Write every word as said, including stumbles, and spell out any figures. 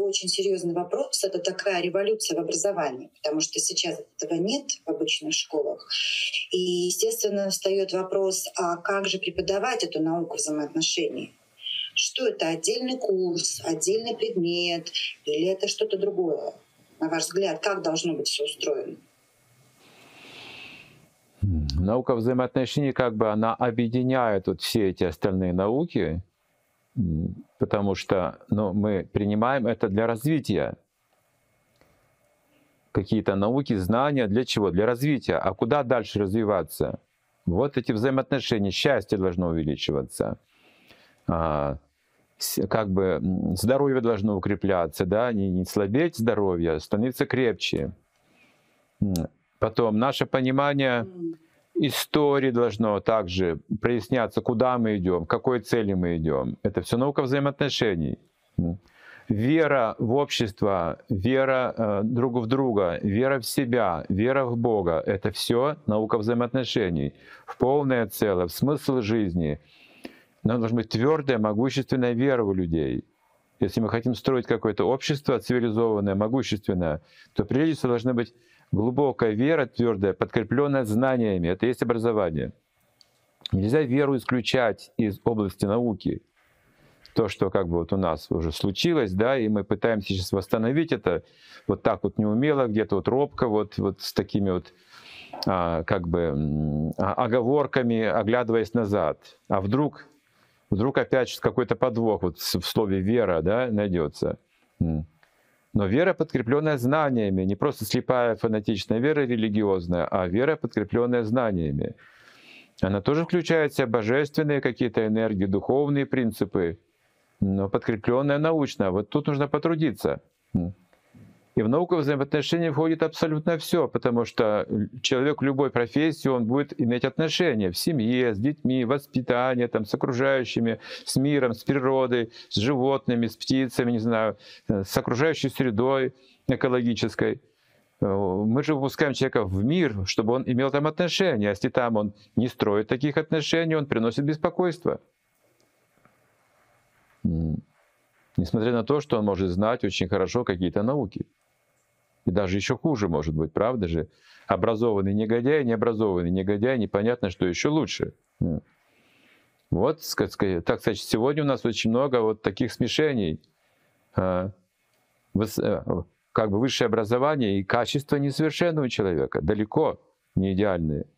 такой очень серьезный вопрос. Это такая революция в образовании, потому что сейчас этого нет в обычных школах. И, естественно, встает вопрос, а как же преподавать эту науку взаимоотношений? Что это, отдельный курс, отдельный предмет или это что-то другое? На ваш взгляд, как должно быть все устроено? Наука взаимоотношений, как бы она объединяет вот все эти остальные науки, потому что ну, мы принимаем это для развития. Какие-то науки, знания, для чего? Для развития. А куда дальше развиваться? Вот эти взаимоотношения, счастье должно увеличиваться. А, как бы здоровье должно укрепляться, да? не, не слабеть здоровье, а становиться крепче. Потом наше понимание истории должно также проясняться, куда мы идем, к какой цели мы идем. Это все наука взаимоотношений. Вера в общество, вера э, друг в друга, вера в себя, вера в Бога — это все наука взаимоотношений. В полное целое, в смысл жизни. Нам должна быть твердая, могущественная вера у людей. Если мы хотим строить какое-то общество цивилизованное, могущественное, то прежде всего должна быть глубокая вера, твердая, подкрепленная знаниями. Это и есть образование. Нельзя веру исключать из области науки. То, что как бы вот у нас уже случилось, да, и мы пытаемся сейчас восстановить это вот так вот неумело, где-то вот робко, вот, вот с такими вот а, как бы оговорками, оглядываясь назад. А вдруг, вдруг опять какой-то подвох вот в слове «вера», да, найдется. Но вера, подкрепленная знаниями, не просто слепая фанатичная вера религиозная, а вера, подкрепленная знаниями. Она тоже включает в себя божественные какие-то энергии, духовные принципы, но подкрепленная научно. Вот тут нужно потрудиться. И в науку взаимоотношений входит абсолютно все, потому что человек любой профессии, он будет иметь отношения в семье, с детьми, воспитание, там, с окружающими, с миром, с природой, с животными, с птицами, не знаю, с окружающей средой экологической. Мы же выпускаем человека в мир, чтобы он имел там отношения. А если там он не строит таких отношений, он приносит беспокойство. Несмотря на то, что он может знать очень хорошо какие-то науки. И даже еще хуже может быть, правда же? Образованный негодяй, необразованный негодяй, непонятно, что еще лучше. Вот, так сказать, сегодня у нас очень много вот таких смешений. Как бы высшее образование и качество несовершенного человека, далеко не идеальные.